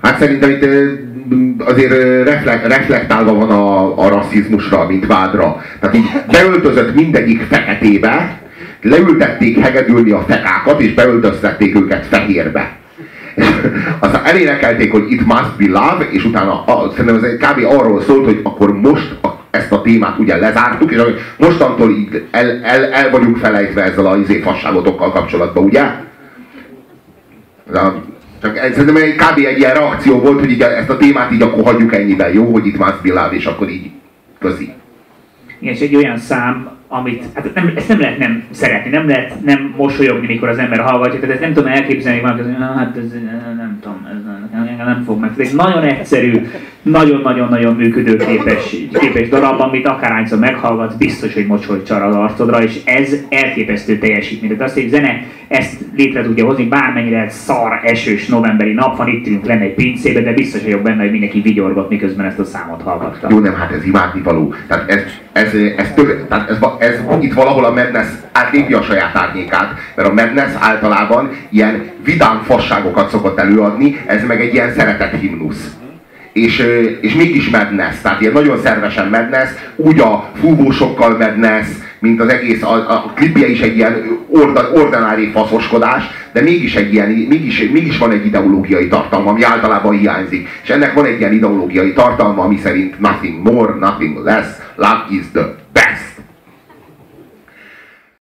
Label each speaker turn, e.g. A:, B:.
A: Hát szerintem itt azért reflektálva van a rasszizmusra, mint vádra. Tehát így beöltözött mindegyik feketébe, leültették hegedülni a fekákat, és beöltöztették őket fehérbe. Aztán elénekelték, hogy it must be love, és utána szerintem ez kb. Arról szólt, hogy akkor most ezt a témát ugye lezártuk, és mostantól így el vagyunk felejtve ezzel a fasságotokkal kapcsolatban, ugye? Csak szerintem kb. Egy ilyen reakció volt, hogy így ezt a témát így akkor hagyjuk ennyiben, jó, hogy itt must be love, és akkor így közi.
B: Igen, és egy olyan szám, amit, hát ezt nem lehet nem szeretni, nem lehet nem mosolyogni, mikor az ember hallgatja, tehát ezt nem tudom elképzelni, hogy hát ez nem tudom, ez nem fog meg. Ez egy nagyon egyszerű, nagyon-nagyon-nagyon működőképes darab, amit akárhányszor meghallgatsz, biztos, hogy mosoly csar az arcodra, és ez elképesztő teljesítmény. Tehát azt, hogy zene ezt létre tudja hozni, bármennyire szar, esős novemberi nap van, itt ülünk lenne egy pincébe, de biztos vagyok benne, hogy mindenki vigyorgott, miközben ezt a számot hallgatta.
A: Jó, nem, hát ez imádnivaló. Tehát ez itt valahol a Madness átlépi a saját árnyékát, mert a Madness általában ilyen vidám fasságokat szokott előadni, ez meg egy ilyen szeretett himnusz. És mégis Madness, tehát ilyen nagyon szervesen Madness, úgy a fúvósokkal Madness, mint az egész, a klipje is egy ilyen ordinári faszoskodás, de mégis egy ilyen, mégis van egy ideológiai tartalma, ami általában hiányzik. És ennek van egy ilyen ideológiai tartalma, ami szerint nothing more, nothing less, love is the